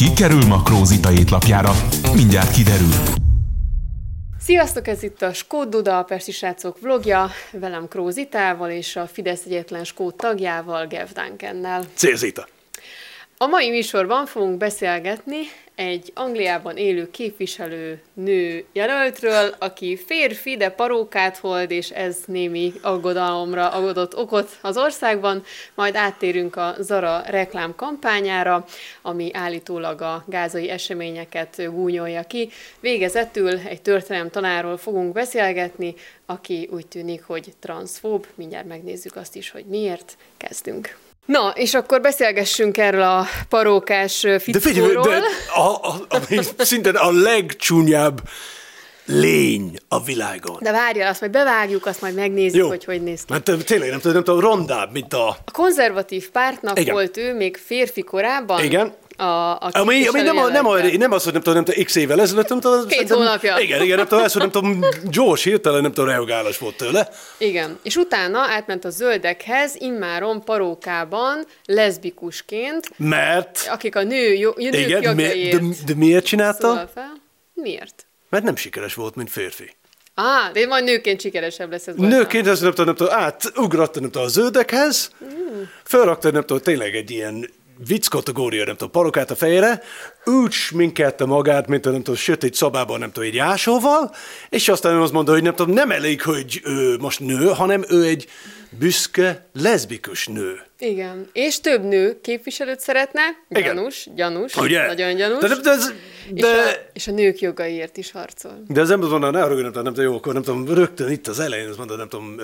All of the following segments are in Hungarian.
ki kerül Makrózita étlapjára. Mindjárt kiderül. Sziasztok, ez itt a Skót Duda, a Pesti Srácok vlogja, velem Krózitával és a Fidesz egyetlen skót tagjával, Gev Duncannel. Szia, Zita! A mai műsorban fogunk beszélgetni egy Angliában élő képviselő nő jelöltről, aki férfi, de parókát hold, és ez némi aggodalomra adott okot az országban. Majd áttérünk a Zara reklámkampányára, ami állítólag a gázai eseményeket gúnyolja ki. Végezetül egy történelemtanárról fogunk beszélgetni, aki úgy tűnik, hogy transzfób. Mindjárt megnézzük azt is, hogy miért. Kezdünk. Na, és akkor beszélgessünk erről a parókás fickóról. Ami szinte a legcsúnyább lény a világon. De várjál, azt majd bevágjuk, azt majd megnézzük, hogy néz ki. Mert tényleg nem tudom, rondább, mint a... A konzervatív pártnak igen. Volt ő még férfi korában. Igen. Ami nem az, hogy nem tudom, x évvel ezelőtt, nem tudom... 2 hónapja. Igen, nem tudom, nem tudom, gyors, hirtelen, nem tudom, reagálás volt tőle. Igen, és utána átment a zöldekhez, immáron parókában, leszbikusként. Mert... Akik a nők jogaiért... De miért csinálta? Miért? Mert nem sikeres volt, mint férfi. De majd nőként sikeresebb lesz ez. Nőként ez nem tudom, átugratta nem tudom, a zöldekhez, felrakta nem tudom, tényleg egy ilyen vicc kategória, nem tudom, parokát a fejére, úgy sminkelte magát, mint a nem tudom, sötét szobában, nem tudom, egy ásóval, és aztán azt mondta, hogy nem tudom, nem elég, hogy ő most nő, hanem ő egy büszke, leszbikus nő. Igen. És több nő képviselőt szeretne, gyanús, ugye? Nagyon gyanús. És a nők jogaiért is harcol. De az ember mondta, ne arra, nem tudom, jó, akkor nem tudom, rögtön itt az elején, azt mondta, nem tudom,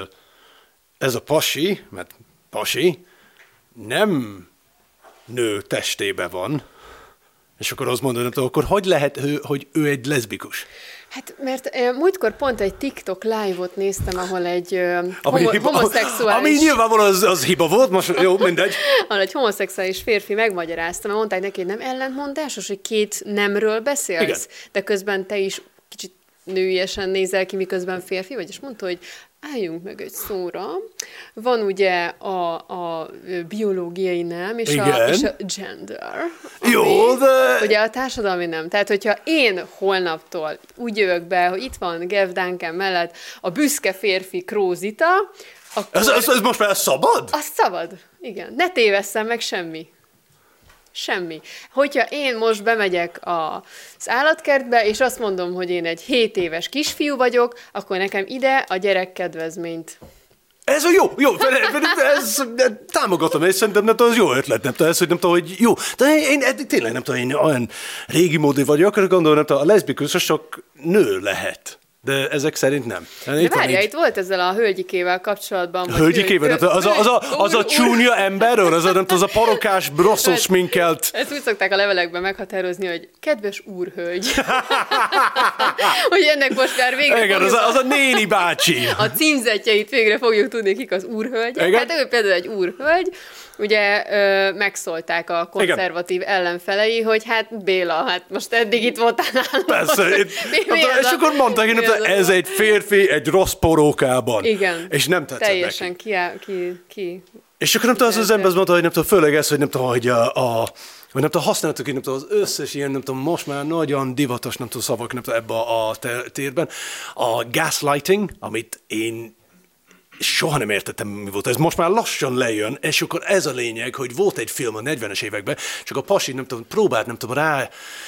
ez a pasi, mert pasi, nem nő testébe van, és akkor azt mondod, akkor hogy lehet, hogy ő egy leszbikus? Hát, mert múltkor pont egy TikTok live-ot néztem, ahol egy homoszexuális... Ami nyilvánvalóan az hiba volt, most jó, mindegy. Ahol egy homoszexuális férfi megmagyarázta, mert mondták neki, hogy nem ellentmondásos, hogy 2 nemről beszélsz, igen. De közben te is kicsit nőiesen nézel ki, miközben férfi vagy, és mondta, hogy álljunk meg egy szóra. Van ugye a biológiai nem, és a gender. Jó, de... Ugye a társadalmi nem. Tehát, hogyha én holnaptól úgy jövök be, hogy itt van Gev Duncan mellett a büszke férfi Krózita, akkor... Ez most már szabad? Az szabad, igen. Ne tévesszem meg semmi. Semmi. Hogyha én most bemegyek az állatkertbe, és azt mondom, hogy én egy 7 éves kisfiú vagyok, akkor nekem ide a gyerekkedvezményt. Ez a jó, ez támogatom, és szerintem nem tudom, ez jó ötlet, nem tudom, ez, hogy nem tudom, hogy jó. De én tényleg nem tudom, én olyan régi módi vagyok, akkor gondolom, nem tudom, a leszbikus sok nő lehet. De ezek szerint nem. De várjál, itt volt ezzel a hölgyikével kapcsolatban. Hölgyikével? Az a csúnya ember, az a parokás, rosszul sminkelt. Ezt úgy szokták a levelekben meghatározni, hogy kedves úrhölgy. Hogy ennek most már végre igen, az a néni bácsi. A címzetjeit végre fogjuk tudni, kik az úrhölgy. Hát ő például egy úrhölgy. Ugye megszólták a konzervatív ellenfelei, hogy hát Béla, hát most eddig itt voltál nálunk. Persze, és akkor mondták, hogy ez egy férfi egy rossz porókában. Igen. És nem tetszett teljesen neki. ki. És akkor nem tudom, az ember azt mondta, hogy nem tudom, főleg ez, hogy nem tudom, hogy vagy nem tudom, használtuk így, nem tudom, az összes ilyen, nem tudom, most már nagyon divatos, nem tudom, szavak, nem tudom, ebbe a térben. A gaslighting, amit én soha nem értettem, mi volt ez. Most már lassan lejön, és akkor ez a lényeg, hogy volt egy film a 40-es években, csak a pasi, nem tudom, próbált, nem tudom, rá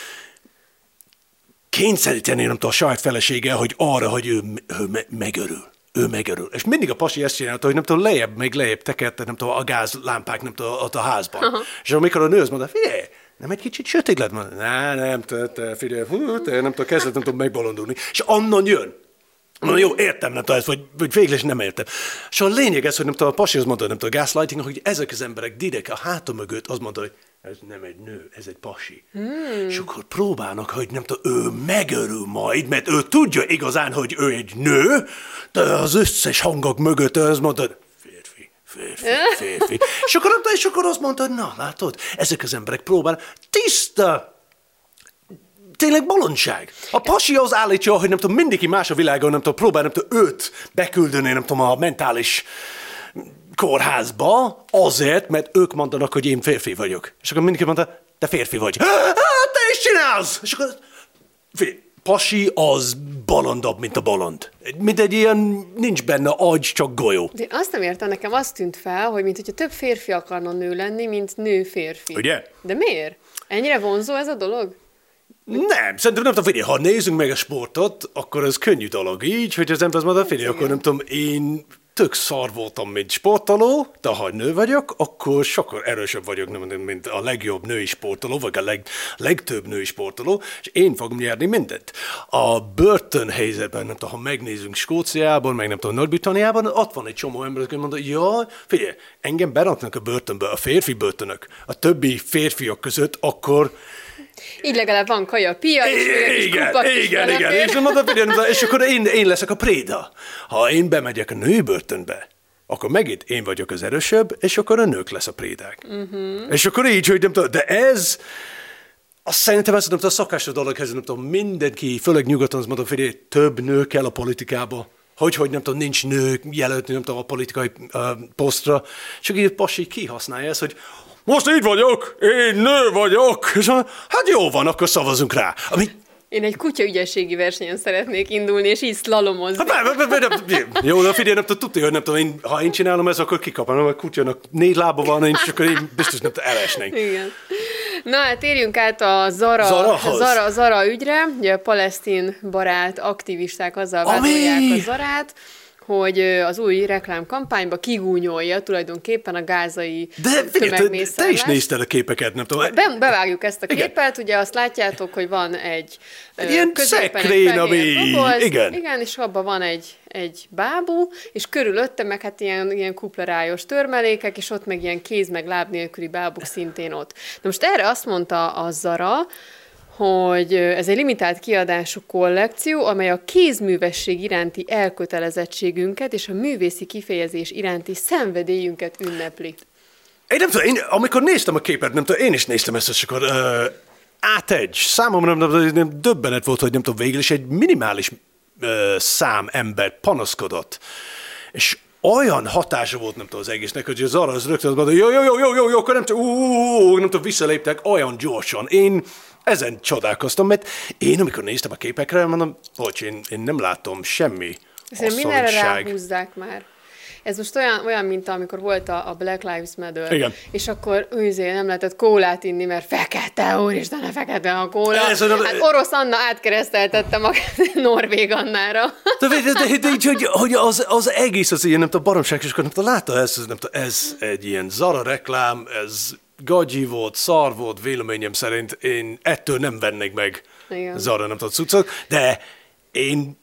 kényszeríteni, nem tudom, a saját felesége, hogy arra, hogy ő megörül. Ő megörül. És mindig a pasi ezt csinálta, hogy nem tudom, lejjebb tekerte, nem tudom, a gázlámpák, nem tudom, ott a házban. Uh-huh. És amikor a nő azt mondta, figyelj, nem egy kicsit sötét lett? Nem, figyelj, nem tudom, kezdett, nem tudom megbolondulni. És onnan jön. Na jó, értem, nem tudom, vagy végül is nem értem. És a lényeg ez, hogy nem tudom, a pasi azt mondta, nem tudom, a gaslighting, hogy ezek az emberek direkt a hátam mögött azt mondta, hogy ez nem egy nő, ez egy pasi. És akkor próbálnak, hogy nem tudom, ő megörül majd, mert ő tudja igazán, hogy ő egy nő, de az összes hangok mögött azt mondta, férfi. És akkor azt mondta, hogy na, látod, ezek az emberek próbálnak, tiszta, tényleg bolondság. A pasi az állítja, hogy nem tudom, mindenki más a világon, nem tudom, próbál, nem tudom, őt beküldeni, nem tudom, a mentális kórházba azért, mert ők mondanak, hogy én férfi vagyok. És akkor mindenki mondta, te férfi vagy. Te is csinálsz! És akkor, figyelj, pasi az balandabb, mint a baland. Mint egy ilyen, nincs benne agy, csak golyó. De azt nem értem, nekem azt tűnt fel, hogy mintha több férfi akarna nő lenni, mint nő férfi. Ugye? De miért? Ennyire vonzó ez a dolog? Nem, szerintem nem tudom, figyelj, ha nézzünk meg a sportot, akkor ez könnyű dolog így, hogy az ember az mondja, figyelj, akkor nem tudom, én tök szar voltam, mint sportoló, de ha nő vagyok, akkor sokkal erősebb vagyok, mint a legjobb női sportoló, vagy a legtöbb női sportoló, és én fogom nyerni mindent. A börtönhelyzetben, nem tudom, ha megnézzünk Skóciában, meg nem tudom, Nagy-Britanniában, ott van egy csomó ember, aki mondja, ja, figyelj, engem beraknak a börtönbe, a férfi börtönök, a többi férfiak között, akkor így legalább van kaja, pia, és igen. És akkor én leszek a préda. Ha én bemegyek a női börtönbe, akkor megint én vagyok az erősebb, és akkor a nők lesz a prédák. És akkor így, hogy nem tudom, de ez, azt szerintem ez a szokásos dolog, ez nem tudom, mindenki, főleg nyugaton, azt mondom, hogy több nő kell a politikába. Hogy nem tudom, nincs nő jelöltni, nem tudom, a politikai posztra. És akkor így pasi kihasználja ezt, hogy most így vagyok, én nő vagyok, és hát jó van, akkor szavazunk rá. Én egy kutya ügyességi versenyen szeretnék indulni, és így szlalomozni. Jó, de figyelj, nem tudja, hogy nem tudom, ha én csinálom ezt, akkor kikapom, a kutyának 4 lába van, és akkor én biztos nem tudom, elesnék. Igen. Na hát térjünk át a Zara ügyre. Ugye a palesztin barát aktivisták azzal vádolják a Zarát, hogy az új reklámkampányba kigúnyolja tulajdonképpen a gázai tömegmészárlást. Te is nézted a képeket, nem tudom. Bevágjuk ezt a képet, ugye azt látjátok, hogy van egy ilyen szekrén, ami... Igen, és abban van egy bábú, és körülötte meg hát ilyen kuplarájos törmelékek, és ott meg ilyen kéz meg láb nélküli bábuk szintén ott. Na most erre azt mondta a Zara, hogy ez egy limitált kiadású kollekció, amely a kézművesség iránti elkötelezettségünket és a művészi kifejezés iránti szenvedélyünket ünnepli. Én nem tudom, amikor néztem a képet, nem tudom, én is néztem ezt, és akkor számomra nem döbbenet volt, hogy nem tudom, végül is egy minimális szám ember panaszkodott. És olyan hatása volt, nem tudom, az egésznek, hogy az arra az rögtön mondta, jó, akkor nem tudom, visszaléptek olyan gyorsan. Én ezen csodálkoztam, mert én, amikor néztem a képekre, mondom, bocs, én nem látom semmi asszonyság. Mindenre ráhúzzák már. Ez most olyan, mint amikor volt a Black Lives Matter. Igen. És akkor nem lehetett kólát inni, mert fekete, úristen, fekete a kóla. Hát orosz Anna átkereszteltette magát Norvég Annára. De így, hogy az egész az ilyen, nem tudom, baromság, és akkor nem tudom, látta ez egy ilyen Zara reklám, ez gagyi volt, szar volt, véleményem szerint én ettől nem vennék meg Zara, nem tudom, cuccot, de én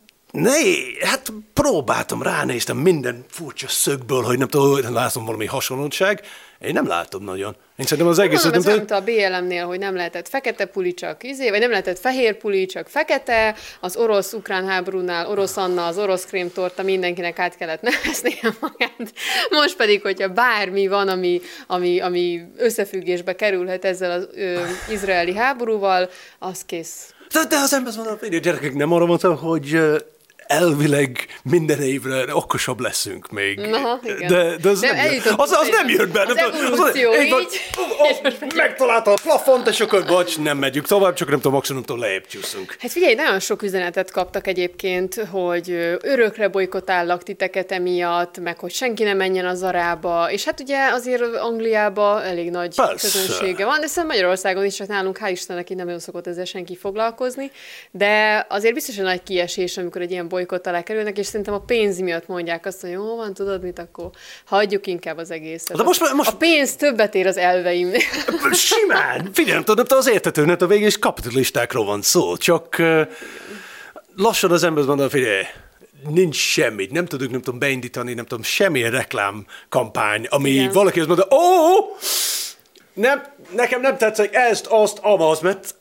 hát próbáltam, ránéztem minden furcsa szögből, hogy nem tudom, látom valami hasonlóság. Én nem látom nagyon. Én szerintem az egész... Ez nem a BLM-nél, hogy nem lehetett fekete puli, csak vagy nem lehetett fehér puli, csak fekete. Az orosz-ukrán háborúnál orosz Anna, az orosz krémtorta, mindenkinek át kellett neveznie magát. Most pedig, hogyha bármi van, ami összefüggésbe kerülhet ezzel az izraeli háborúval, az kész. De az ember mondom, hogy a gyerekek nem arra mondtam, hogy elvileg minden évre okosabb leszünk még. Aha, igen. De az nem jött be. Az evolúció így. Megtalálta a plafont, és akkor bocs, nem megyünk tovább, csak nem tudom, maximumtól lejjebb csúszunk. Hát figyelj, nagyon sok üzenetet kaptak egyébként, hogy örökre bojkotállak titeket emiatt, meg hogy senki nem menjen a Zarába, és hát ugye azért Angliában elég nagy közönsége van, de szerintem Magyarországon is, csak nálunk hál' Istennek így nem nagyon szokott ezzel senki foglalkozni, de azért biztos, hogy nagy kiesés, amikor egy ilyen bolykott alá kerülnek, és szerintem a pénz miatt mondják azt, hogy jó van, tudod mit, akkor hagyjuk inkább az egészet. Most... A pénz többet ér az elveimnél. Simán! Figyelj, az értetőnek a végén is kapitalistákról van szó, csak lassan az ember mondja, figyelj, nincs semmit, nem tudom beindítani, nem tudom, semmilyen reklámkampány, ami valaki azt mondja, nekem nem tetszik ezt, azt, amaz, mert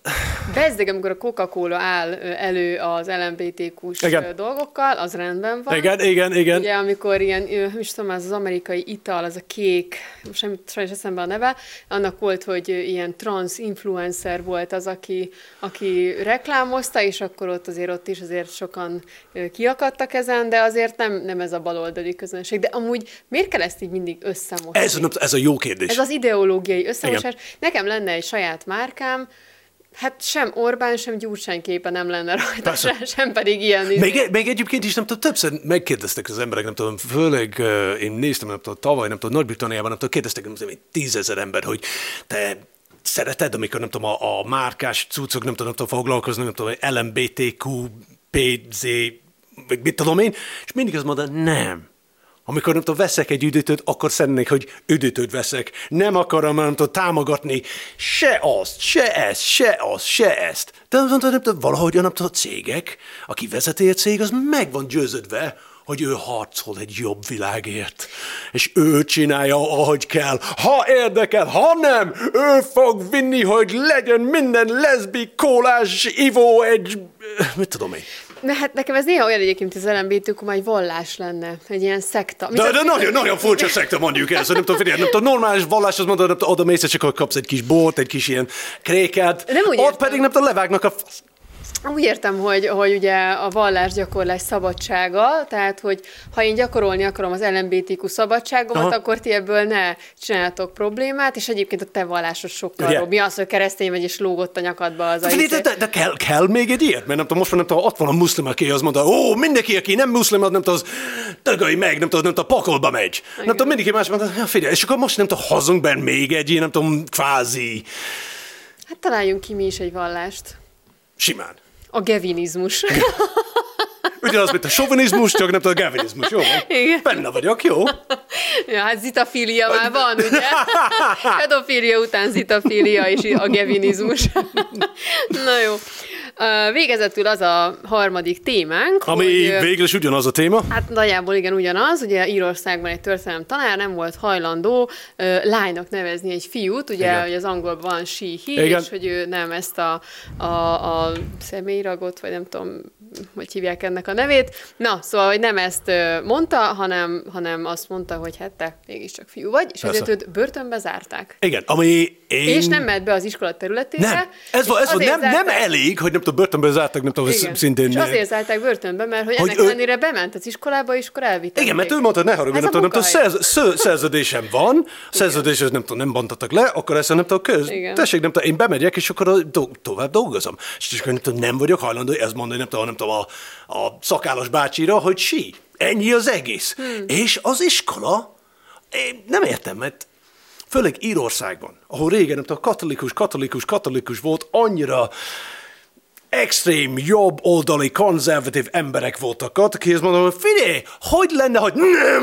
Bezzeg, amikor a Coca-Cola áll elő az LMBTQ-s dolgokkal, az rendben van. Igen. Ugye, amikor ilyen, nem is tudom, az amerikai ital, az a kék, sem sajnos eszembe a neve, annak volt, hogy ilyen trans influencer volt az, aki reklámozta, és akkor ott is sokan kiakadtak ezen, de azért nem ez a baloldali közönség. De amúgy miért kell ezt így mindig összemosni? Ez a jó kérdés. Ez az ideológiai összemosás. Igen. Nekem lenne egy saját márkám, hát sem Orbán, sem Gyurcsány képe nem lenne rajta, sem pedig ilyen. Még egyébként is, nem tudom, többször megkérdeztek az emberek, nem tudom, főleg én néztem, nem tudom, tavaly, nem tudom, Nagy-Britanniában, nem tudom, kérdeztek, nem tudom, 10 000 ember, hogy te szereted, amikor nem tudom, a márkás cuccok, nem tudom, foglalkozni, nem tudom, LMBTQ, PZ, mit tudom én, és mindig azt mondta, nem. Amikor nem tudom, veszek egy üdítőt, akkor szeretnék, hogy üdítőt veszek. Nem akarom, nem tudom, támogatni se azt, se ezt. De nem tudom, valahogy nem tudom, a cégek, aki vezeti a cég, az meg van győződve, hogy ő harcol egy jobb világért. És ő csinálja, ahogy kell. Ha érdekel, ha nem, ő fog vinni, hogy legyen minden leszbi, kólás, ivó, mit tudom én. De hát nekem ez néha olyan egyébként, hogy az LMBTQ egy vallás lenne, egy ilyen szekta. De nagyon furcsa szekta mondjuk ez, nem tudom, normális vallás, az mondod, oda mész, és akkor kapsz egy kis bort, egy kis ilyen kréket, ott pedig nem tudom, levágnak a fasz. Úgy értem, hogy ugye a vallásgyakorlás szabadsága, tehát, hogy ha én gyakorolni akarom az LMBTQ szabadságomat, akkor ti ebből ne csináltok problémát, és egyébként a te vallásod sokkal jobb. Mi az, hogy keresztény vagy, és lógott a nyakadba az de kell még egy ilyet? Mert nem tudom, most már nem tudom, ott van a muszlim, aki azt mondta, mindenki, aki nem muszlim, az nem tudom, az dögölj meg, nem tudom, a pakolba megy. Nem tudom, mindenki más mondta, figyelj, és akkor most nem tudom, hozzunk benne még egy, nem tudom, kvázi. Hát találjunk ki mi is egy vallást. Simán. A gevinizmus. Ugyanaz, mint a sovinizmus, csak nem tudom, a gevinizmus. Jó? Igen. Benne vagyok, jó? Ja, hát zitafília már van, ugye? Pedofília után zitafília és a gevinizmus. Na jó. Végezetül az a harmadik témánk, ami végül is ugyanaz a téma. Hát nagyjából igen ugyanaz. Ugye Írországban egy történelem tanár nem volt hajlandó lánynak nevezni egy fiút, ugye, hogy az angolban van she, he, és hogy ő nem ezt a személyragot, vagy nem tudom, hogy hívják ennek a nevét. Na, szóval, hogy nem ezt mondta, hanem azt mondta, hogy hát te mégiscsak fiú vagy, és ezért őt börtönbe zárták. Igen, és nem mehet be az iskola területére. Nem, ez nem elég, hogy nem tudom, börtönbe zárták, nem tudom, szintén. És azért zárták börtönbe, mert hogy ennek ellenére bement az iskolába, és akkor elvitték. Igen, mert ő mondta, ne haragudj, nem tudom, szerződésem van, szerződéshez nem bontattak le, akkor ezt nem tudom, tessék, nem tudom, én bemegyek, és akkor tovább dolgozom. És akkor nem vagyok hajlandó ezt mondani, nem tudom, a szakállas bácsira, hogy ennyi az egész. És az iskola, én nem értem, mert főleg Írországban, ahol régen, nem tudom, katolikus volt, annyira extrém, jobb oldali, konzervatív emberek voltak ott, aki azt mondom, hogy figyelj, hogy lenne, hogy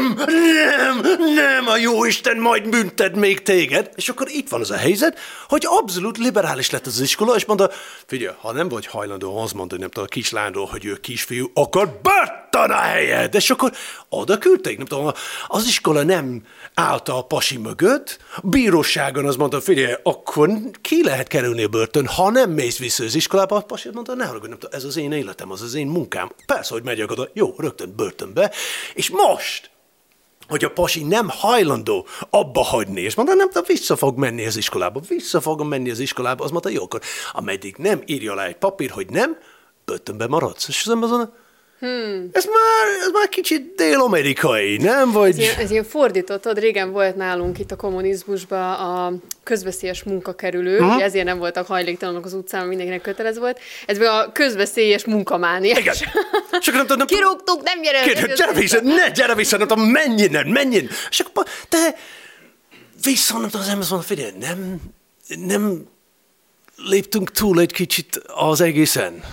nem, a jóisten majd büntet még téged. És akkor itt van az a helyzet, hogy abszolút liberális lett az iskola, és mondta, figyelj, ha nem vagy hajlandó azt mondani, nem tudom, a kislányról, hogy ő kisfiú, akkor börtön a helyed. És akkor oda küldték, nem tudom, az iskola nem állt a pasi mögött, bíróságon azt mondta, figyelj, akkor ki lehet kerülni a börtön, ha nem mész vissza az iskolába, a pasi mondta, ne haragudj, ez az én életem, az én munkám. Persze, hogy megyek oda, jó, rögtön börtönbe, és most, hogy a pasi nem hajlandó abba hagyni, és mondta, nem tudom, vissza fog menni az iskolába, az mondta, jó, akkor ameddig nem írja le egy papír, hogy nem, börtönbe maradsz. És az ember azon, ez már kicsit dél-amerikai, nem? Vagy... Ez ilyen fordítottad, régen volt nálunk itt a kommunizmusban a közveszélyes munkakerülő, ugye ezért nem voltak hajléktalanok az utcán, mindenkinek kötelező volt. Ez a közveszélyes munkamániás. Igen. Kirúgtuk, nem gyere vissza, nem tudom, menjen. És akkor te vissza, nem tudom, az ember mondja, figyelj, nem léptünk túl egy kicsit az egészen.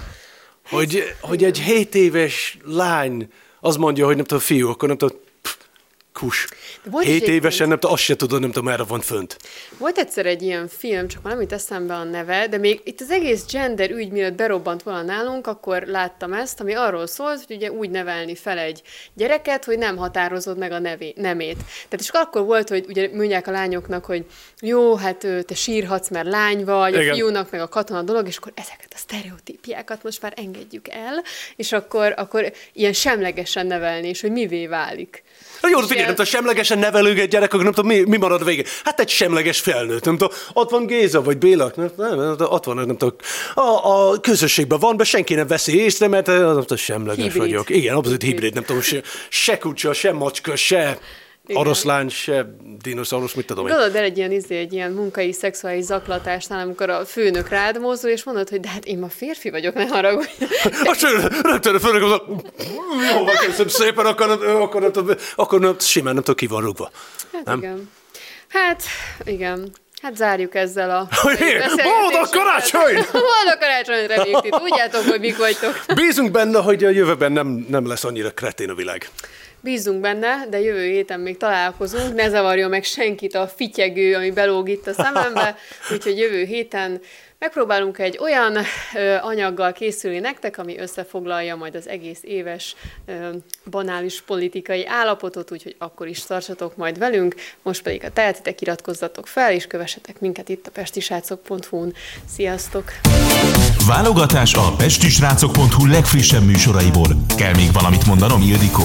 Hogy egy 7 éves lány az mondja, hogy nem tudom, fiú, akkor nem tudom, kus. 7 évesen, nem tudom, azt se tudod, nem tudom, merre van fönt. Volt egyszer egy ilyen film, csak már nem jut eszembe a neve, de még itt az egész gender ügy, mielőtt berobbant volna nálunk, akkor láttam ezt, ami arról szólt, hogy ugye úgy nevelni fel egy gyereket, hogy nem határozod meg a nemét. Tehát és akkor volt, hogy ugye mondják a lányoknak, hogy jó, hát te sírhatsz, mert lány vagy, a fiúnak meg a katona dolog, és akkor ezeket a sztereotípiákat most már engedjük el, és akkor ilyen semlegesen nevelni, és hogy mivé válik. Jó, figyelj, nem tudom, semlegesen nevelünk egy gyerek, akkor nem tudom, mi marad végén. Hát egy semleges felnőtt, nem tudom, ott van Géza, vagy Béla, nem, ott van, nem tudom, a közösségben van, de senki nem veszi észre, mert nem tudom, semleges hibrid vagyok. Igen, abszolút hibrid, nem tudom, se kutya, se macska, se oroszlán, se dinoszaurusz, mit tudom én. Gondolod el egy ilyen munkai, szexuális zaklatásnál, amikor a főnök rád mozdul, és mondod, hogy de hát én ma férfi vagyok, ne haragudj. Rögtön a főnök mondod, jó, köszönöm szépen, akkor simán nem tudom, ki van rúgva. Hát igen. Igen. Hát zárjuk ezzel a Boldog karácsony! Boldog karácsony, reméljük ti tudjátok, hogy mik vagytok. Bízunk benne, hogy a jövőben nem lesz annyira kretén a világ. Bízunk benne, de jövő héten még találkozunk, ne zavarjon meg senkit a fityegő, ami belóg itt a szemembe, úgyhogy jövő héten megpróbálunk egy olyan anyaggal készülni nektek, ami összefoglalja majd az egész éves banális politikai állapotot, úgyhogy akkor is tartsatok majd velünk, most pedig a tehetitek, iratkozzatok fel, és kövessetek minket itt a pestisrácok.hu-n. Sziasztok! Válogatás a pestisrácok.hu legfrissebb műsoraiból. Kell még valamit mondanom, Ildikó?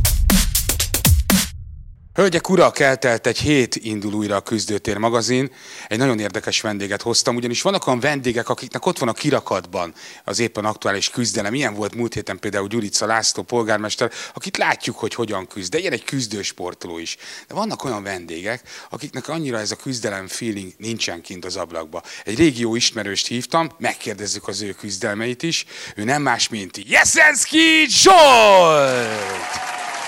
Hölgyek, urak, eltelt egy hét, indul újra a Küzdőtér magazin. Egy nagyon érdekes vendéget hoztam, ugyanis vannak olyan vendégek, akiknek ott van a kirakatban az éppen aktuális küzdelem. Ilyen volt múlt héten például Gyurica László polgármester, akit látjuk, hogy hogyan küzd, de ilyen egy küzdősportoló is. De vannak olyan vendégek, akiknek annyira ez a küzdelem feeling nincsen kint az ablakba. Egy régi jó ismerőst hívtam, megkérdezzük az ő küzdelmeit is. Ő nem más, mint Jeszenszky Zsolt!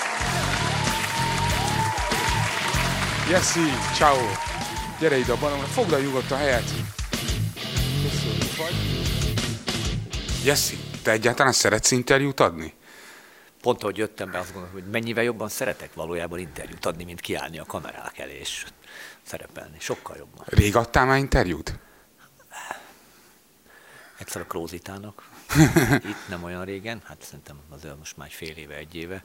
Jeszi, ciao. Gyere ide a balomra, foglal nyugodtan a helyet. Köszönjük, vagy. Jeszi, te egyáltalán szeretsz interjút adni? Pont ahogy jöttem be, azt gondolom, hogy mennyivel jobban szeretek valójában interjút adni, mint kiállni a kamerák elé és szerepelni. Sokkal jobban. Rég adtál már interjút? Egyszer a Krózitának. Itt nem olyan régen, hát szerintem azért most már fél éve, egy éve.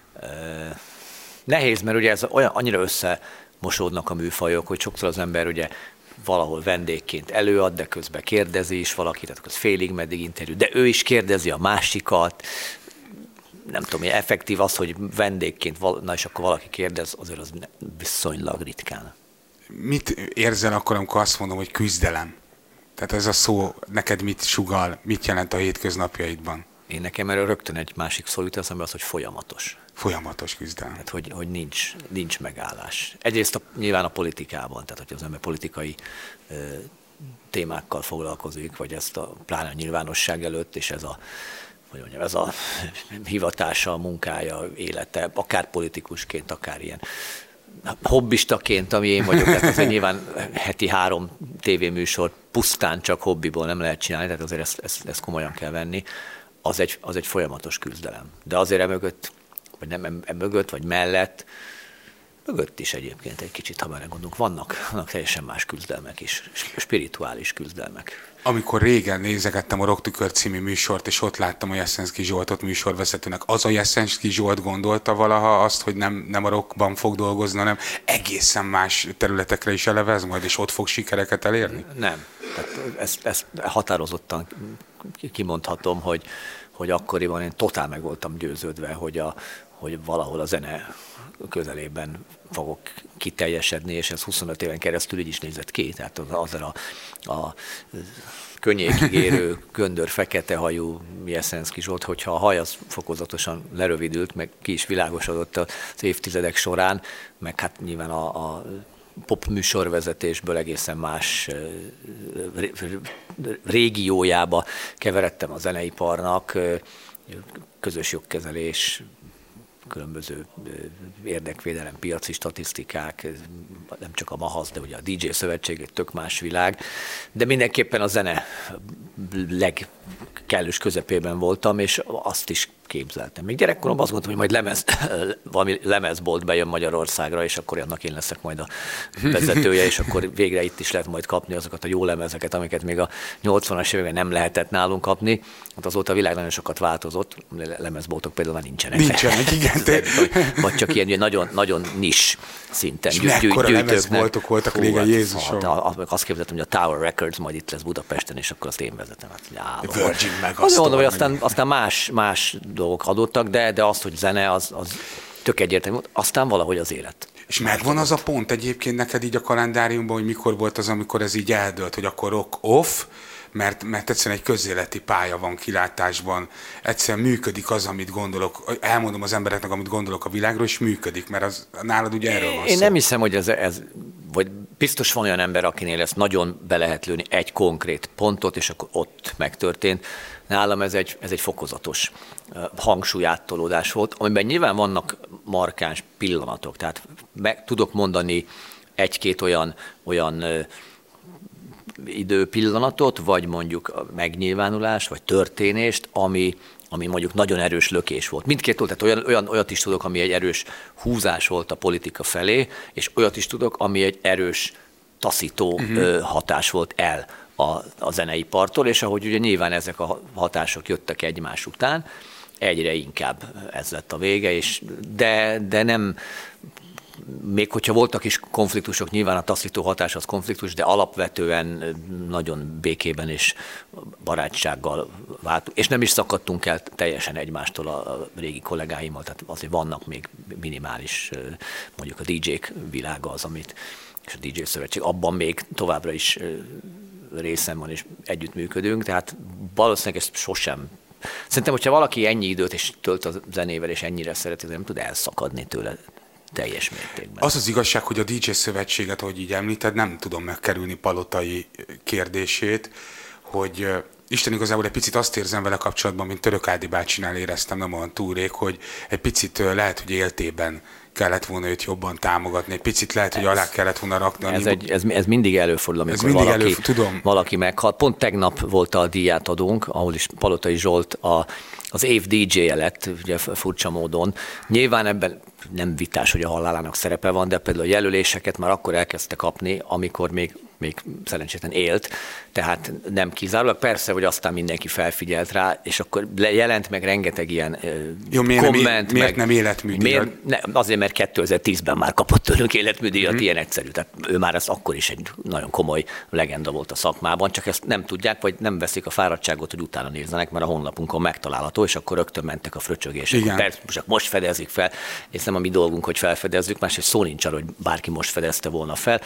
Nehéz, mert ugye ez annyira összemosódnak a műfajok, hogy sokszor az ember ugye valahol vendégként előad, de közben kérdezi is valakit, tehát az félig meddig interjú, de ő is kérdezi a másikat. Nem tudom, hogy effektív az, hogy vendégként, na és akkor valaki kérdez, azért az viszonylag ritkán. Mit érzel akkor, amikor azt mondom, hogy küzdelem? Tehát ez a szó neked mit sugall, mit jelent a hétköznapjaidban? Én nekem erről rögtön egy másik szó jut eszembe, az, hogy folyamatos. Folyamatos küzdelem. Tehát, hogy nincs megállás. Egyrészt nyilván a politikában, tehát hogy az ember politikai témákkal foglalkozik, vagy ezt pláne a nyilvánosság előtt, és ez a hivatása, munkája, élete, akár politikusként, akár ilyen hobbistaként, ami én vagyok, tehát azért nyilván heti 3 tévéműsor pusztán csak hobbiból nem lehet csinálni, tehát azért ezt komolyan kell venni. Az egy folyamatos küzdelem. De azért emögött, vagy nem emögött, vagy mögött is egyébként egy kicsit, ha már gondolunk, vannak teljesen más küzdelmek is, spirituális küzdelmek. Amikor régen nézegettem a Rocktükör című műsort, és ott láttam a Jeszenszky Zsoltot műsorvezetőnek, az a Jeszenszky Zsolt gondolta valaha azt, hogy nem a rockban fog dolgozni, hanem egészen más területekre is elevez majd, és ott fog sikereket elérni? Nem. Tehát ezt határozottan kimondhatom, hogy akkoriban én totál meg voltam győződve, hogy valahol a zene közelében fogok kiteljesedni, és ez 25 éven keresztül így is nézett ki. Tehát azzal a könnyékig érő, göndör, fekete hajú Jeszenszky Zsolt, hogyha a haj az fokozatosan lerövidült, meg ki is világosodott az évtizedek során, meg hát nyilván a pop műsorvezetésből egészen más régiójába keveredtem a zeneiparnak, közös jogkezelés, különböző érdekvédelem, piaci statisztikák, nem csak a MAHASZ, de ugye a DJ Szövetség, egy tök más világ, de mindenképpen a zene legkellős közepében voltam, és azt is képzeltem. Még gyerekkoromban azt gondoltam, hogy majd valami lemezbolt bejön Magyarországra, és akkor annak én leszek majd a vezetője, és akkor végre itt is lehet majd kapni azokat a jó lemezeket, amiket még a 80-as években nem lehetett nálunk kapni. Hát azóta a világ nagyon sokat változott, lemezboltok például már nincsenek. Nincsenek, igen. Vagy csak ilyen nagyon, nagyon nis szinten. És mekkora lemezboltok voltak régen, Jézusom. Azt képzeltem, hogy a Tower Records majd itt lesz Budapesten, és akkor azt én vezetem. Virgin meg azt mondom, hogy aztán más dolgok adottak, de azt, hogy zene, az tök egyértelmű volt. Aztán valahogy az élet. És megvan az a pont egyébként neked így a kalendáriumban, hogy mikor volt az, amikor ez így eldőlt, hogy akkor rock off, mert egyszerűen egy közéleti pálya van kilátásban, egyszerűen működik az, amit gondolok, elmondom az embereknek, amit gondolok a világról, és működik, mert az nálad ugye erről van szó. Én nem hiszem, hogy ez vagy biztos van olyan ember, akinél ezt nagyon be lehet lőni egy konkrét pontot, és akkor ott megtörtént. Nálam ez egy fokozatos hangsúlyáttolódás volt, amiben nyilván vannak markáns pillanatok, tehát meg tudok mondani egy-két olyan időpillanatot, vagy mondjuk megnyilvánulás, vagy történést, ami mondjuk nagyon erős lökés volt. Mindkettől, tehát olyat is tudok, ami egy erős húzás volt a politika felé, és olyat is tudok, ami egy erős taszító hatás volt el a zeneipartól, és ahogy ugye nyilván ezek a hatások jöttek egymás után, egyre inkább ez lett a vége, de nem, még hogyha voltak is konfliktusok, nyilván a taszító hatás az konfliktus, de alapvetően nagyon békében és barátsággal váltunk, és nem is szakadtunk el teljesen egymástól a régi kollégáimmal, tehát azért vannak még minimális, mondjuk a DJ-k világa az, amit, és a DJ Szövetség, abban még továbbra is részem van, és együttműködünk, tehát valószínűleg ezt sosem. Szerintem, hogyha valaki ennyi időt és tölt a zenével, és ennyire szereti, nem tud elszakadni tőle teljes mértékben. Az az igazság, hogy a DJ Szövetséget, ahogy így említed, nem tudom megkerülni Palotai kérdését, hogy Isten igazából egy picit azt érzem vele kapcsolatban, mint Török Ádi bácsinál éreztem, nem olyan túl rég, hogy egy picit lehet, hogy éltében kellett volna őt jobban támogatni, egy picit lehet, hogy alá kellett volna rakni. Ez mindig előfordul, amikor valaki meghal. Pont tegnap volt a díjátadónk, ahol is Palotai Zsolt az év DJ-je lett, ugye furcsa módon. Nyilván ebben nem vitás, hogy a halálának szerepe van, de például a jelöléseket már akkor elkezdte kapni, amikor még szerencsétlen élt, tehát nem kizárólag. Persze, hogy aztán mindenki felfigyelt rá, és akkor jelent meg rengeteg ilyen komment. Miért nem életműdíjat? Azért, mert 2010-ben már kapott tőlünk életműdíjat, ilyen egyszerű. Tehát ő már ez akkor is egy nagyon komoly legenda volt a szakmában, csak ezt nem tudják, vagy nem veszik a fáradtságot, hogy utána nézzenek, mert a honlapunkon megtalálható, és akkor rögtön mentek a fröcsögések. Persze, csak most fedezik fel, és nem a mi dolgunk, hogy felfedezzük, másrészt szó nincs arra, hogy bárki most fedezte volna fel.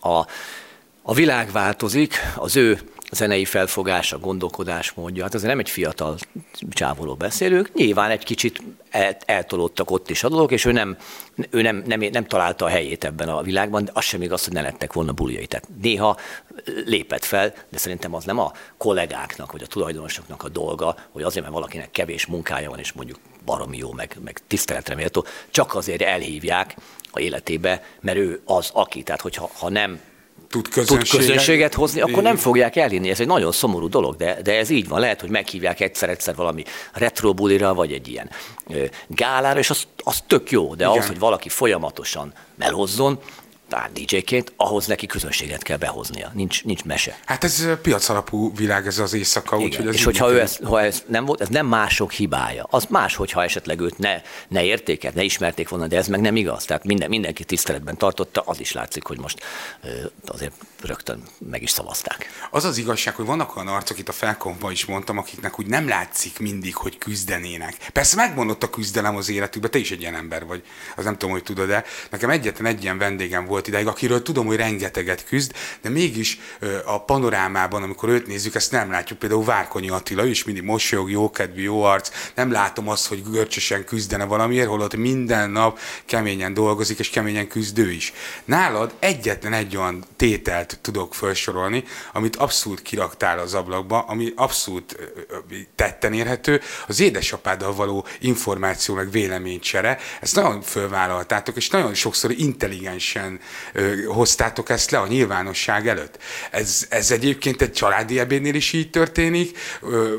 A világ változik, az ő zenei felfogása, gondolkodásmódja, hát azért nem egy fiatal csávoló beszélünk, nyilván egy kicsit eltolódtak ott is a dolgok, és ő nem találta a helyét ebben a világban, de az sem igaz, hogy ne lettek volna buljai. Tehát néha lépett fel, de szerintem az nem a kollégáknak, vagy a tulajdonosoknak a dolga, hogy azért, mert valakinek kevés munkája van, és mondjuk baromi jó, meg tiszteletre méltó, csak azért elhívják a életébe, mert ő az, aki. Tehát, hogyha nem tud közönséget hozni, akkor nem fogják elhinni. Ez egy nagyon szomorú dolog, de ez így van. Lehet, hogy meghívják egyszer valami retro bulira, vagy egy ilyen gálára, és az tök jó, de ahhoz, hogy valaki folyamatosan melhozzon, tehát DJ-ként, ahhoz neki közönséget kell behoznia. Nincs mese. Hát ez piacalapú világ, ez az éjszaka. Úgyhogy és hogyha ez nem volt, ez nem mások hibája. Az más, hogyha esetleg őt ne értékelt, ne ismerték volna, de ez meg nem igaz. Tehát mindenki tiszteletben tartotta, az is látszik, hogy most azért rögtön meg is szavazták. Az az igazság, hogy vannak olyan arcok, itt a Felkonban is mondtam, akiknek úgy nem látszik mindig, hogy küzdenének. Persze megmondott a küzdelem az életükben, te is egy ilyen ember vagy, az nem tudom, hogy tudod-e. Nekem egyetlen egy ilyen vendégem volt idáig, akiről tudom, hogy rengeteget küzd, de mégis a panorámában, amikor őt nézzük, ezt nem látjuk. Például Várkonyi Attila, ő is mindig mosolyog, jókedvű, jó arc. Nem látom azt, hogy görcsösen küzdene valamiért, holott minden nap keményen dolgozik, és keményen küzd ő is. Nálad egyetlen egy olyan tételt tudok felsorolni, amit abszolút kiraktál az ablakba, ami abszolút tetten érhető, az édesapáddal való információ meg véleménycsere. Ezt nagyon fölvállaltátok, és nagyon sokszor intelligensen hoztátok ezt le a nyilvánosság előtt. Ez egyébként egy családi ebédnél is így történik,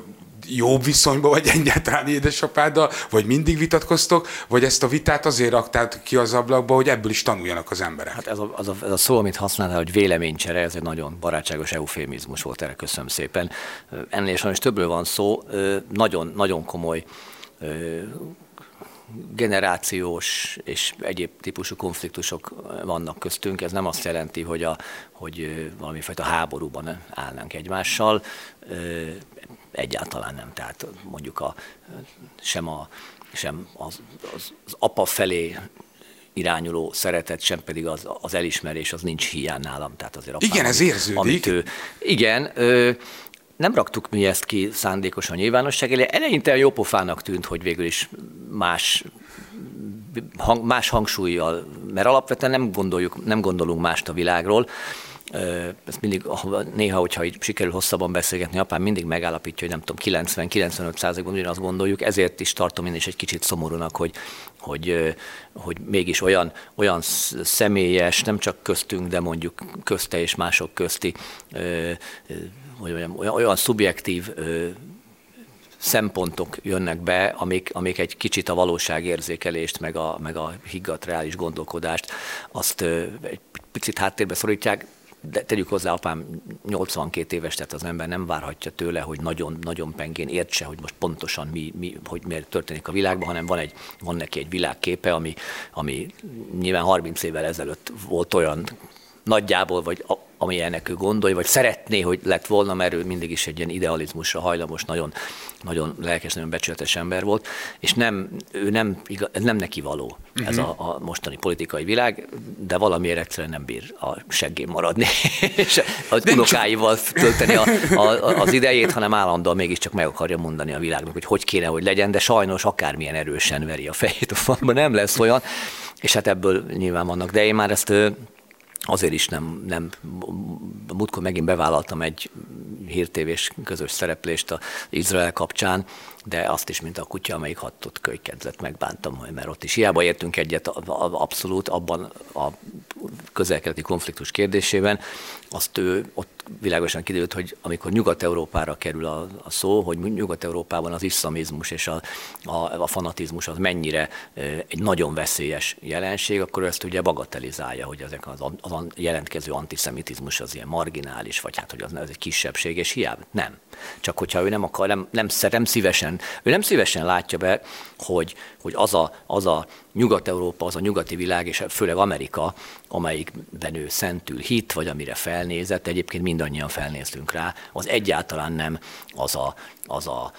jó viszonyban vagy egyáltalán édesapáddal, vagy mindig vitatkoztok, vagy ezt a vitát azért raktál ki az ablakba, hogy ebből is tanuljanak az emberek? Hát ez a szó, amit használtál, hogy véleménycsere, ez egy nagyon barátságos eufémizmus volt, erre köszönöm szépen. Ennél sajnos többről van szó, nagyon, nagyon komoly generációs és egyéb típusú konfliktusok vannak köztünk. Ez nem azt jelenti, hogy valamifajta háborúban állnánk egymással. Egyáltalán nem. Tehát mondjuk sem az apa felé irányuló szeretet, sem pedig az elismerés, az nincs hiány nálam. Tehát azért apám, igen, ez érződik. Igen, nem raktuk mi ezt ki szándékosan nyilvánosság elé. Eleinte jópofának tűnt, hogy végül is más hangsúlyjal, mert alapvetően nem gondolunk mást a világról. Ezt mindig, néha, hogyha így sikerül hosszabban beszélgetni, apám mindig megállapítja, hogy nem tudom, 90-95%-ban ugyanazt gondoljuk, ezért is tartom én is egy kicsit szomorúnak, hogy mégis olyan személyes, nem csak köztünk, de mondjuk közte és mások közti, olyan szubjektív szempontok jönnek be, amik egy kicsit a valóságérzékelést, meg a higgadt reális gondolkodást, azt egy picit háttérbe szorítják, de tegyük hozzá, apám 82 éves, tehát az ember nem várhatja tőle, hogy nagyon pengén értse, hogy most pontosan hogy miért történik a világban, hanem van neki egy világképe, ami nyilván 30 évvel ezelőtt volt olyan nagyjából, vagy amilyennek ő gondolja, vagy szeretné, hogy lett volna, mert ő mindig is egy ilyen idealizmusra hajlamos, nagyon, nagyon lelkes, nagyon becsületes ember volt, és nem neki való ez a mostani politikai világ, de valamiért egyszerűen nem bír a seggén maradni, és az unokáival tölteni az idejét, hanem állandóan mégiscsak meg akarja mondani a világnak, hogy kéne, hogy legyen, de sajnos akármilyen erősen veri a fejét a falba, nem lesz olyan, és hát ebből nyilván vannak, de én már ezt azért is nem múltkor megint bevállaltam egy hírtévés közös szereplést az Izrael kapcsán, de azt is, mint a kutya, amelyik hattott kölykedzett, megbántam, mert ott is hiába értünk egyet abszolút abban a közel-keleti konfliktus kérdésében, ott világosan kiderült, hogy amikor Nyugat-Európára kerül a szó, hogy Nyugat-Európában az iszlamizmus és a fanatizmus az mennyire egy nagyon veszélyes jelenség, akkor ezt ugye bagatelizálja, hogy ezek az jelentkező antiszemitizmus az ilyen marginális, vagy hát, hogy az egy kisebbség, és hiába nem. Csak hogyha ő nem akar, nem szívesen látja be, hogy az a Nyugat-Európa, az a nyugati világ, és főleg Amerika, amelyikben ő szentül hit, vagy amire felnézett, egyébként mindannyian felnéztünk rá, az egyáltalán nem az a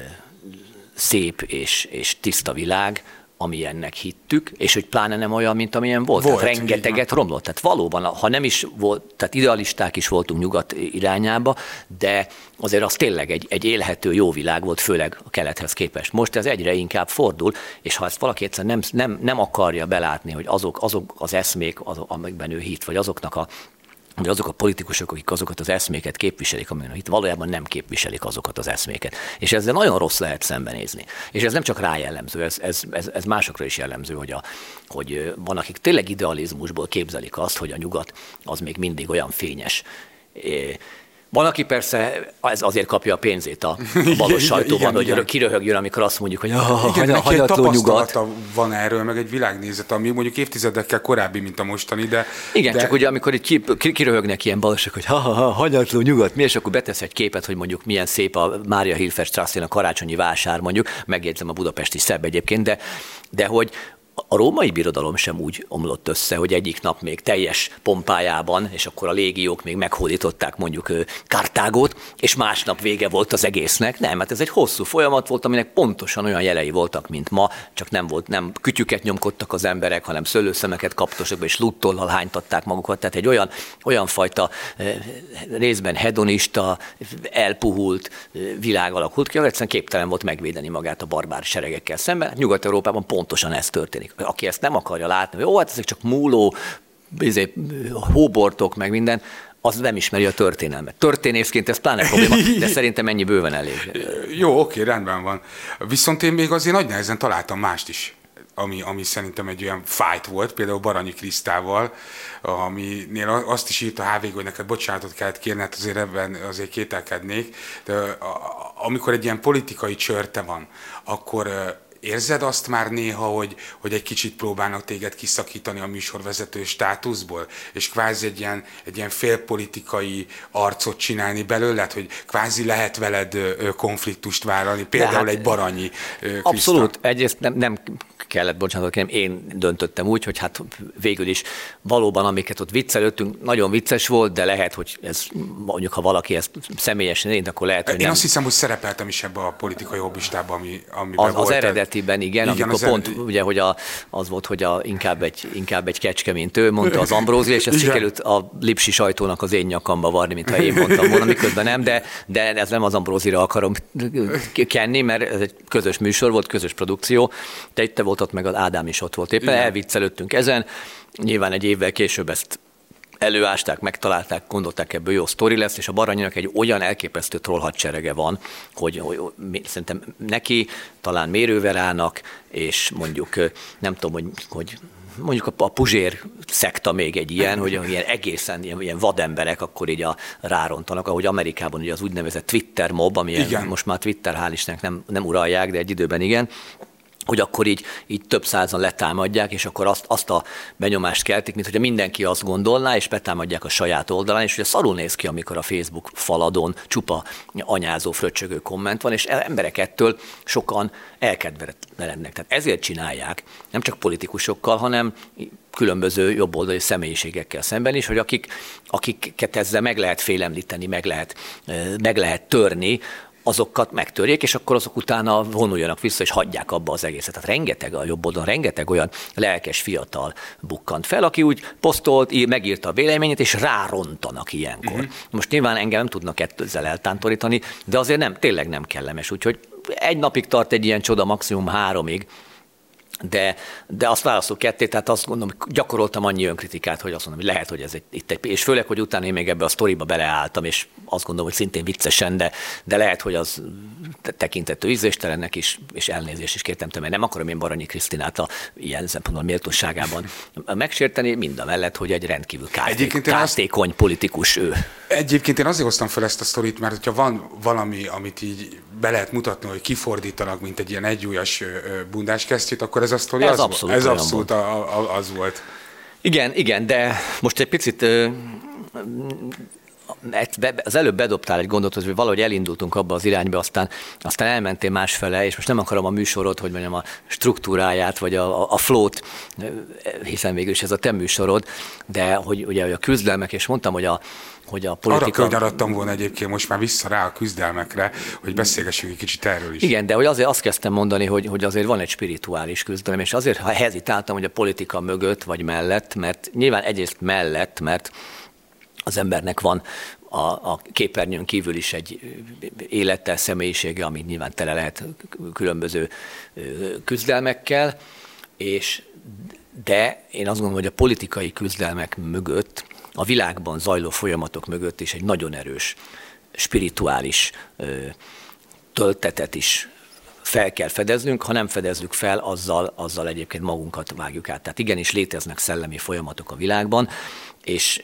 szép és tiszta világ, amilyennek hittük, és hogy pláne nem olyan, mint amilyen volt. Tehát rengeteget romlott. Tehát valóban, ha nem is volt, tehát idealisták is voltunk nyugat irányába, de azért az tényleg egy élhető jó világ volt, főleg a kelethez képest. Most ez egyre inkább fordul, és ha ezt valaki egyszerűen nem akarja belátni, hogy azok az eszmék, amikben ő hitt, vagy hogy azok a politikusok, akik azokat az eszméket képviselik, amilyen itt valójában nem képviselik azokat az eszméket. És ezzel nagyon rossz lehet szembenézni. És ez nem csak rá jellemző, ez másokra is jellemző, hogy van, akik tényleg idealizmusból képzelik azt, hogy a nyugat az még mindig olyan fényes. Van, aki persze azért kapja a pénzét a balos sajtóban, hogy kiröhögjön, amikor azt mondjuk, hogy hanyatló nyugat. Van erről, meg egy világnézet, ami mondjuk évtizedekkel korábbi, mint a mostani, de... Igen, de... csak ugye amikor így kiröhögnek ilyen balosok, hogy hanyatló nyugat, mi, és akkor betesz egy képet, hogy mondjuk milyen szép a Mária Hilfer Strasszén a karácsonyi vásár, mondjuk, megjegyzem, a budapesti szebb egyébként, de hogy a római birodalom sem úgy omlott össze, hogy egyik nap még teljes pompájában, és akkor a légiók még meghódították mondjuk Kartágót, és másnap vége volt az egésznek. Nem, hát ez egy hosszú folyamat volt, aminek pontosan olyan jelei voltak, mint ma, csak nem kütyüket nyomkodtak az emberek, hanem szőlőszemeket kaptosokba, és lúttollal hánytatták magukat. Tehát egy olyan fajta részben hedonista, elpuhult világ alakult ki, ahol egyszerűen képtelen volt megvédeni magát a barbár seregekkel szemben. Nyugat-Európában pontosan ez történik. Aki ezt nem akarja látni, hogy hát ezek csak múló hóbortok, meg minden, az nem ismeri a történelmet. Történészként ez pláne probléma, de szerintem ennyi bőven elég. Jó, oké, rendben van. Viszont én még azért nagy nehezen találtam mást is. ami szerintem egy olyan fight volt, például Baranyi Krisztával, aminél azt is írt a HVG, hogy neked bocsánatot kellett kérni, hát azért ebben azért kételkednék, de amikor egy ilyen politikai csörte van, akkor érzed azt már néha, hogy egy kicsit próbálnak téged kiszakítani a műsorvezető státuszból, és kvázi egy ilyen félpolitikai arcot csinálni belőled, hogy kvázi lehet veled konfliktust vállalni, például egy Baranyi Kriszta. Abszolút, egyrészt nem kellett bocsánatot kérnem, én döntöttem úgy, hogy hát végül is valóban, amiket ott viccelődtünk, nagyon vicces volt, de lehet, hogy ez mondjuk, ha valaki ezt személyesen érint, akkor lehet, hogy én azt hiszem, hogy szerepeltem is ebbe a politikai hobbistában, amiben az eredetiben, igen amikor pont ugye, hogy az volt, hogy inkább egy kecske, mint ő, mondta az Ambrózia, és ezt sikerült a lipsi sajtónak az én nyakamba varni, mintha én mondtam volna, miközben nem, de ez nem az Ambrózira akarom kenni, mert ez egy közös műsor volt, közös produkció, de itt volt ott, meg az Ádám is ott volt. Éppen elviccelődtünk ezen, nyilván egy évvel később ezt előásták, megtalálták, gondolták, ebből jó sztori lesz, és a Baranyinak egy olyan elképesztő troll hadserege van, hogy szerintem neki talán Mérőverának, és mondjuk nem tudom, hogy mondjuk a Puzsér szekta még egy ilyen, hogy ilyen egészen ilyen vademberek akkor így rárontanak, ahogy Amerikában ugye az úgynevezett Twitter mob, ami most már Twitter hál' Istennek nem uralják, de egy időben igen, hogy akkor így több százan letámadják, és akkor azt a benyomást keltik, mint hogy mindenki azt gondolná, és betámadják a saját oldalán, és ugye szarul néz ki, amikor a Facebook faladon csupa anyázó, fröccsögő komment van, és emberek ettől sokan elkedvelenednek. Tehát ezért csinálják, nem csak politikusokkal, hanem különböző jobboldali személyiségekkel szemben is, hogy akiket ezzel meg lehet félemlíteni, meg lehet törni, azokat megtörjék, és akkor azok utána vonuljanak vissza, és hagyják abba az egészet. Tehát rengeteg a jobb oldalon, rengeteg olyan lelkes fiatal bukkant fel, aki úgy posztolt, megírta a véleményét, és rárontanak ilyenkor. Most nyilván engem nem tudnak ezzel eltántorítani, de azért tényleg nem kellemes. Úgyhogy egy napig tart egy ilyen csoda, maximum 3-ig, de azt válaszol 2, tehát azt gondolom, hogy gyakoroltam annyi önkritikát, hogy azt mondom, hogy lehet, hogy ez és főleg, hogy utána én még ebbe a sztoriba beleálltam, és azt gondolom, hogy szintén viccesen, de lehet, hogy az tekintető ízléstelennek is, és elnézést is kértem, mert nem akarom én Baranyi Krisztinát ilyen szempontból méltóságában megsérteni, mindamellett, hogy egy rendkívül kártékony politikus ő. Egyébként én azért hoztam fel ezt a sztorit, mert hogyha van valami, amit így be lehet mutatni, hogy kifordítanak, mint egy ilyen egyújas bundáskesztyűt, akkor ez a sztori abszolút az volt. Igen, de most egy picit az előbb bedobtál egy gondot, hogy valahogy elindultunk abba az irányba, aztán elmentél másfele, és most nem akarom a műsorod, hogy mondjam, a struktúráját, vagy a flow-t, hiszen végül is ez a te műsorod, de hogy ugye a küzdelmek, és mondtam, hogy a politika... Arra könyörögtem volna egyébként most már vissza rá a küzdelmekre, hogy beszélgessünk egy kicsit erről is. Igen, de hogy azért azt kezdtem mondani, hogy azért van egy spirituális küzdelem, és azért hezitáltam, hogy a politika mögött vagy mellett, mert nyilván egyrészt mellett, mert az embernek van a képernyőn kívül is egy élettel, személyisége, ami nyilván tele lehet különböző küzdelmekkel, de én azt gondolom, hogy a politikai küzdelmek mögött, a világban zajló folyamatok mögött is egy nagyon erős, spirituális töltetet is fel kell fedeznünk, ha nem fedezzük fel, azzal egyébként magunkat vágjuk át. Tehát igenis léteznek szellemi folyamatok a világban, és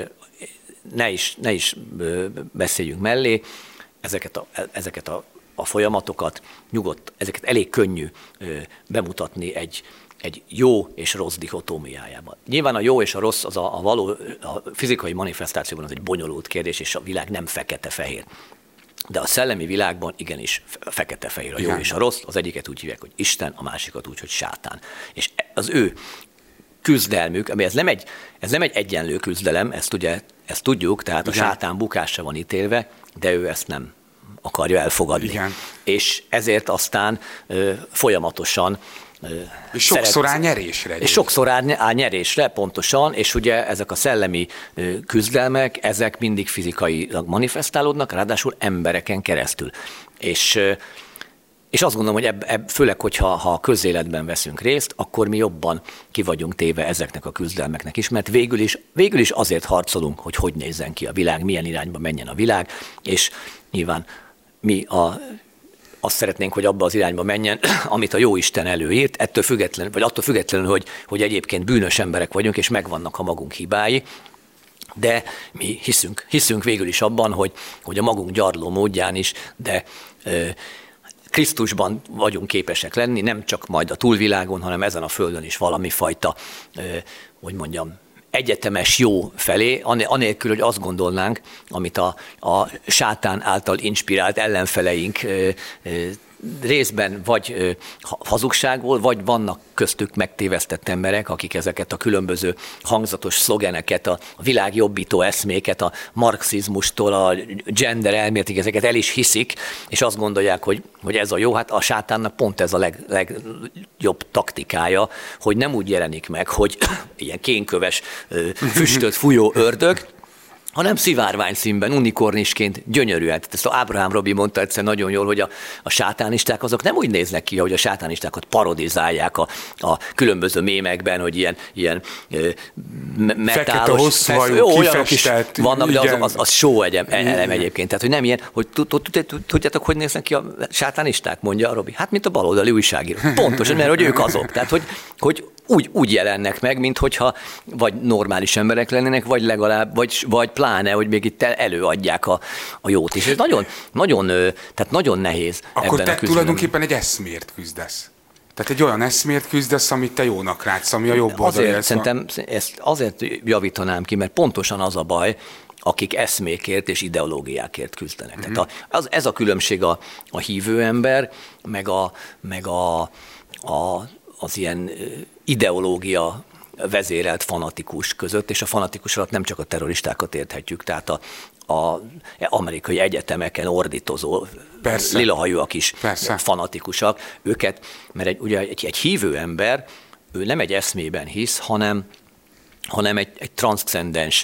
ne is beszéljünk mellé, ezeket a folyamatokat ezeket elég könnyű bemutatni egy jó és rossz dichotómiájában. Nyilván a jó és a rossz az a fizikai manifestációban az egy bonyolult kérdés, és a világ nem fekete-fehér. De a szellemi világban igenis fekete-fehér a jó és a rossz, az egyiket úgy hívják, hogy Isten, a másikat úgy, hogy sátán. És az ő küzdelmük, ami ez nem egy egyenlő küzdelem, ezt tudjuk, tehát igen. A sátán bukásra van ítélve, de ő ezt nem akarja elfogadni. Igen. És ezért aztán folyamatosan és sokszor áll nyerésre. És sokszor áll nyerésre, pontosan, és ugye ezek a szellemi küzdelmek, ezek mindig fizikailag manifestálódnak, ráadásul embereken keresztül. És azt gondolom, hogy főleg, hogyha a közéletben veszünk részt, akkor mi jobban ki vagyunk téve ezeknek a küzdelmeknek is, mert végül is azért harcolunk, hogy nézzen ki a világ, milyen irányba menjen a világ, és nyilván mi azt szeretnénk, hogy abba az irányba menjen, amit a jóisten előírt, attól függetlenül, hogy egyébként bűnös emberek vagyunk, és megvannak a magunk hibái, de mi hiszünk végül is abban, hogy a magunk gyarló módján is, de Krisztusban vagyunk képesek lenni, nem csak majd a túlvilágon, hanem ezen a földön is valami fajta, hogy mondjam, egyetemes jó felé, anélkül, hogy azt gondolnánk, amit a sátán által inspirált ellenfeleink részben vagy hazugságból, vagy vannak köztük megtévesztett emberek, akik ezeket a különböző hangzatos szlogeneket, a világjobbító eszméket, a marxizmustól a gender elméletig, ezeket el is hiszik, és azt gondolják, hogy ez a jó. Hát a sátánnak pont ez a legjobb taktikája, hogy nem úgy jelenik meg, hogy ilyen kénköves, füstöt fújó ördög, hanem szivárvány színben, unikornisként gyönyörűen. Ezt Ábrahám Robi mondta egyszer nagyon jól, hogy a sátánisták azok nem úgy néznek ki, hogy a sátánistákat parodizálják a különböző mémekben, hogy ilyen metálos... Fekete hosszú olyanok is vannak, de az show elem egyébként. Tehát, hogy nem ilyen, hogy tudjátok, hogy néznek ki a sátánisták, mondja a Robi? Hát, mint a baloldali újságíró. Pontosan, mert hogy ők azok. Tehát, hogy úgy jelennek meg, mint hogyha vagy normális emberek lennének, vagy legalább, vagy pláne, hogy még itt előadják a jót is. Ez tehát nagyon nehéz. Akkor te tulajdonképpen egy eszmért küzdesz. Tehát egy olyan eszmért küzdesz, amit te jónak látsz, ami a jobb oldalra. Szerintem ezt azért javítanám ki, mert pontosan az a baj, akik eszmékért és ideológiákért küzdenek. Tehát ez a különbség a hívő ember, meg az ilyen ideológia vezérelt fanatikus között, és a fanatikus alatt nem csak a terroristákat érthetjük, tehát a amerikai egyetemeken ordítozó lilahajúak is fanatikusak. Őket, mert ugye egy hívő ember, ő nem egy eszmében hisz, hanem egy transzcendens,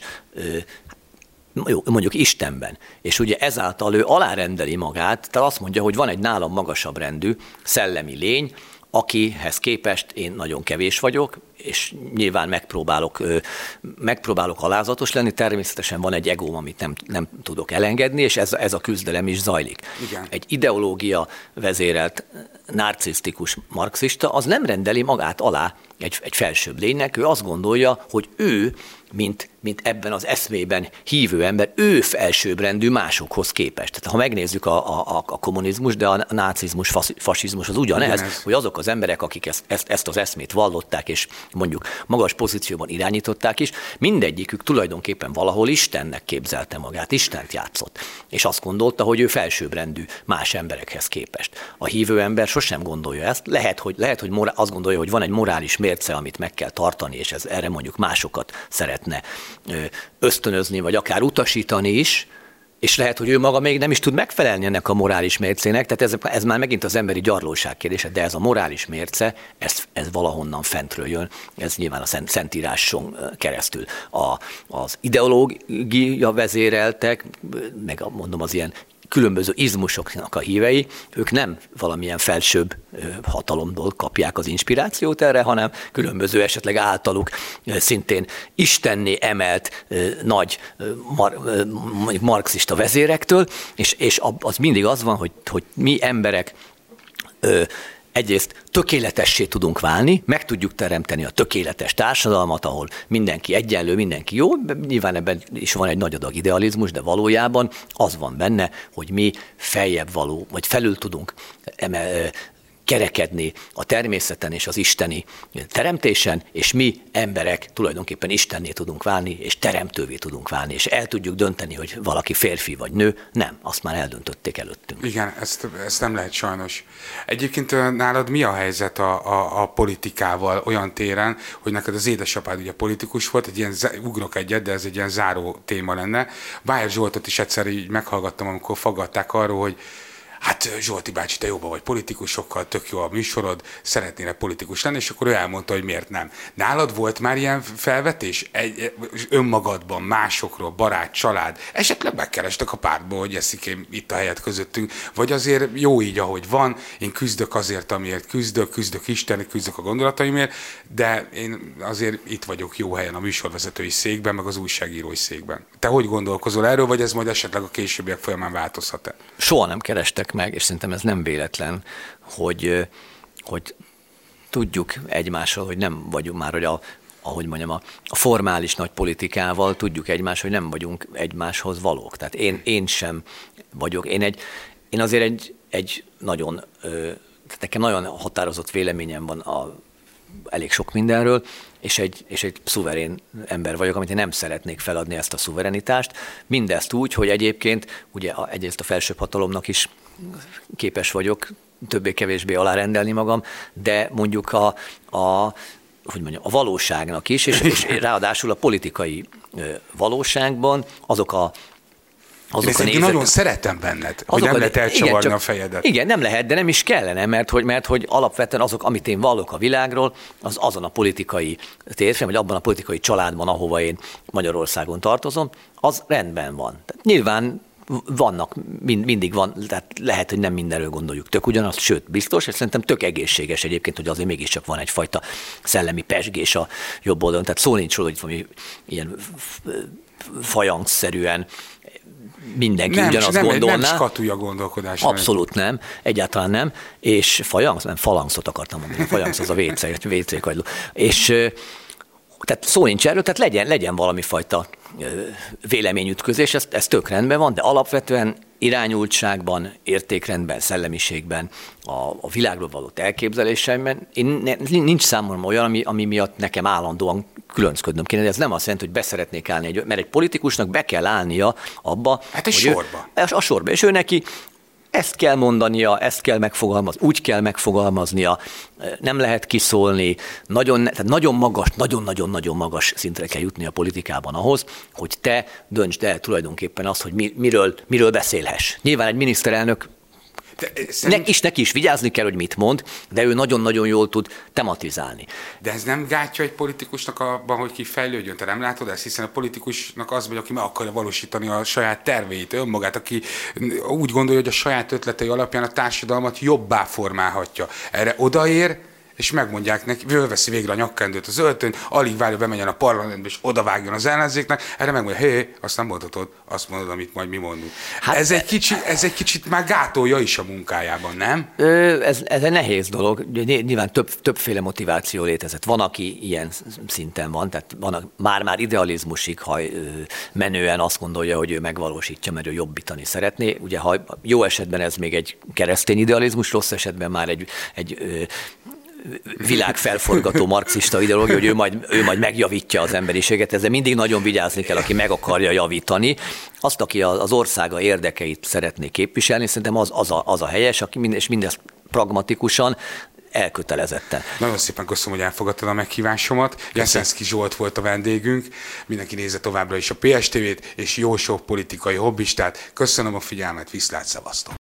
mondjuk Istenben. És ugye ezáltal ő alárendeli magát, tehát azt mondja, hogy van egy nálam magasabb rendű szellemi lény, akihez képest én nagyon kevés vagyok, és nyilván megpróbálok alázatos lenni, természetesen van egy egóm, amit nem tudok elengedni, és ez a küzdelem is zajlik. Igen. Egy ideológia vezérelt, narcisztikus marxista, az nem rendeli magát alá egy felsőbb lénynek, ő azt gondolja, hogy ő, mint ebben az eszmében hívő ember, ő felsőbbrendű másokhoz képest. Tehát ha megnézzük a kommunizmus, de a nácizmus, fasizmus az ugyanez, hogy azok az emberek, akik ezt az eszmét vallották, és mondjuk magas pozícióban irányították is, mindegyikük tulajdonképpen valahol Istennek képzelte magát, Istent játszott. És azt gondolta, hogy ő felsőbbrendű más emberekhez képest. A hívő ember sosem gondolja ezt. Lehet, hogy azt gondolja, hogy van egy morális mérce, amit meg kell tartani, és erre mondjuk másokat szeretne ösztönözni, vagy akár utasítani is, és lehet, hogy ő maga még nem is tud megfelelni ennek a morális mércének, tehát ez már megint az emberi gyarlóság kérdése, de ez a morális mérce, ez valahonnan fentről jön, ez nyilván a Szentíráson keresztül. Az ideológia vezéreltek, meg mondom az ilyen különböző izmusoknak a hívei, ők nem valamilyen felsőbb hatalomból kapják az inspirációt erre, hanem különböző esetleg általuk szintén istenné emelt nagy marxista vezérektől, és az mindig az van, hogy mi emberek egyrészt tökéletessé tudunk válni, meg tudjuk teremteni a tökéletes társadalmat, ahol mindenki egyenlő, mindenki jó, nyilván ebben is van egy nagy adag idealizmus, de valójában az van benne, hogy mi feljebb való, vagy felül tudunk kerekedni a természeten és az isteni teremtésen, és mi emberek tulajdonképpen istenné tudunk válni, és teremtővé tudunk válni, és el tudjuk dönteni, hogy valaki férfi vagy nő. Nem, azt már eldöntötték előttünk. Igen, ezt nem lehet sajnos. Egyébként nálad mi a helyzet a politikával olyan téren, hogy neked az édesapád ugye politikus volt, ugrok egyet, de ez egy ilyen záró téma lenne. Bájer Zsoltot is egyszer így meghallgattam, amikor faggatták arról, hogy hát Zsolti bácsi, te jobban vagy politikusokkal, tök jó a műsorod, szeretnél politikus lenni, és akkor ő elmondta, hogy miért nem. Nálad volt már ilyen felvetés? Önmagadban, másokról, barát, család, esetleg megkerestek a pártból, hogy Eszikém, itt a helyet közöttünk, vagy azért jó így, ahogy van, én küzdök azért, amiért küzdök Istenért, küzdök a gondolataimért, de én azért itt vagyok jó helyen a műsorvezetői székben, meg az újságírói székben. Te hogy gondolkozol erről, vagy ez majd esetleg a későbbiek folyamán változhat-e? Soha nem kerestek. meg, és szerintem ez nem véletlen, hogy tudjuk egymással, hogy nem vagyunk már, hogy a formális nagy politikával tudjuk egymással, hogy nem vagyunk egymáshoz valók. Tehát én sem vagyok. Én azért egy nagyon, nekem nagyon határozott véleményem van elég sok mindenről, és egy szuverén ember vagyok, amit én nem szeretnék feladni, ezt a szuverenitást. Mindezt úgy, hogy egyébként ugye egyrészt a felsőbb hatalomnak is képes vagyok többé-kevésbé alárendelni magam, de mondjuk a valóságnak is, és ráadásul a politikai valóságban azok a nézetek. Nagyon szeretem benned, hogy nem lehet elcsavarni a fejedet. Igen, nem lehet, de nem is kellene, mert hogy alapvetően azok, amit én vallok a világról, az azon a politikai térfén, vagy abban a politikai családban, ahova én Magyarországon tartozom, az rendben van. Tehát nyilván mindig van, tehát lehet, hogy nem mindenről gondoljuk tök ugyanaz, sőt, biztos, és szerintem tök egészséges egyébként, hogy azért mégiscsak van egyfajta szellemi pezsgés a jobb oldalon, tehát szó nincs róla, hogy valami ilyen fajankszerűen mindenki ugyanazt gondolná. Nem skatúja gondolkodás. Abszolút nem, egyáltalán nem, és falanxot akartam mondani, falanx az a WC kagyló. És tehát szó nincs erről, tehát legyen valami fajta véleményütközés, ez tök rendben van, de alapvetően irányultságban, értékrendben, szellemiségben, a világról való elképzelésemben nincs számomra olyan, ami miatt nekem állandóan különcködnöm kéne, de ez nem azt jelenti, hogy beszeretnék állni, mert egy politikusnak be kell állnia abba. Hát egy sorba. A sorba, és ő neki ezt kell mondania, ezt kell megfogalmazni, úgy kell megfogalmaznia, nem lehet kiszólni, nagyon nagyon magas szintre kell jutni a politikában ahhoz, hogy te döntsd el tulajdonképpen azt, hogy miről beszélhess. Nyilván egy miniszterelnök neki is vigyázni kell, hogy mit mond, de ő nagyon-nagyon jól tud tematizálni. De ez nem gátja egy politikusnak abban, hogy ki fejlődjön? Te nem látod ezt? Hiszen a politikusnak az vagy, aki meg akarja valósítani a saját terveit, önmagát, aki úgy gondolja, hogy a saját ötletei alapján a társadalmat jobbá formálhatja. Erre odaér, és megmondják neki, veszi végre a nyakkendőt az öltőn, alig várja, bemenjen a parlamentbe, és odavágjon az ellenzéknek, erre megmondja, azt nem mondhatod, azt mondod, amit majd mi mondunk. Hát ez egy kicsit már gátolja is a munkájában, nem? Ez egy nehéz dolog. Nyilván többféle motiváció létezett. Van, aki ilyen szinten van, tehát van, már idealizmusig menően azt gondolja, hogy ő megvalósítja, mert ő jobbítani szeretné. Ugye, ha jó esetben ez még egy keresztény idealizmus, rossz esetben már egy világfelforgató marxista ideológia, hogy ő majd megjavítja az emberiséget. Ezzel mindig nagyon vigyázni kell, aki meg akarja javítani. Azt, aki az országa érdekeit szeretné képviselni, szerintem az a helyes, és mindezt pragmatikusan, elkötelezetten. Nagyon szépen köszönöm, hogy elfogadtad a meghívásomat. Jeszenszky Zsolt volt a vendégünk. Mindenki nézze továbbra is a PSTV-t, és jó sok politikai hobbistát. Köszönöm a figyelmet, viszlát, szevasztok!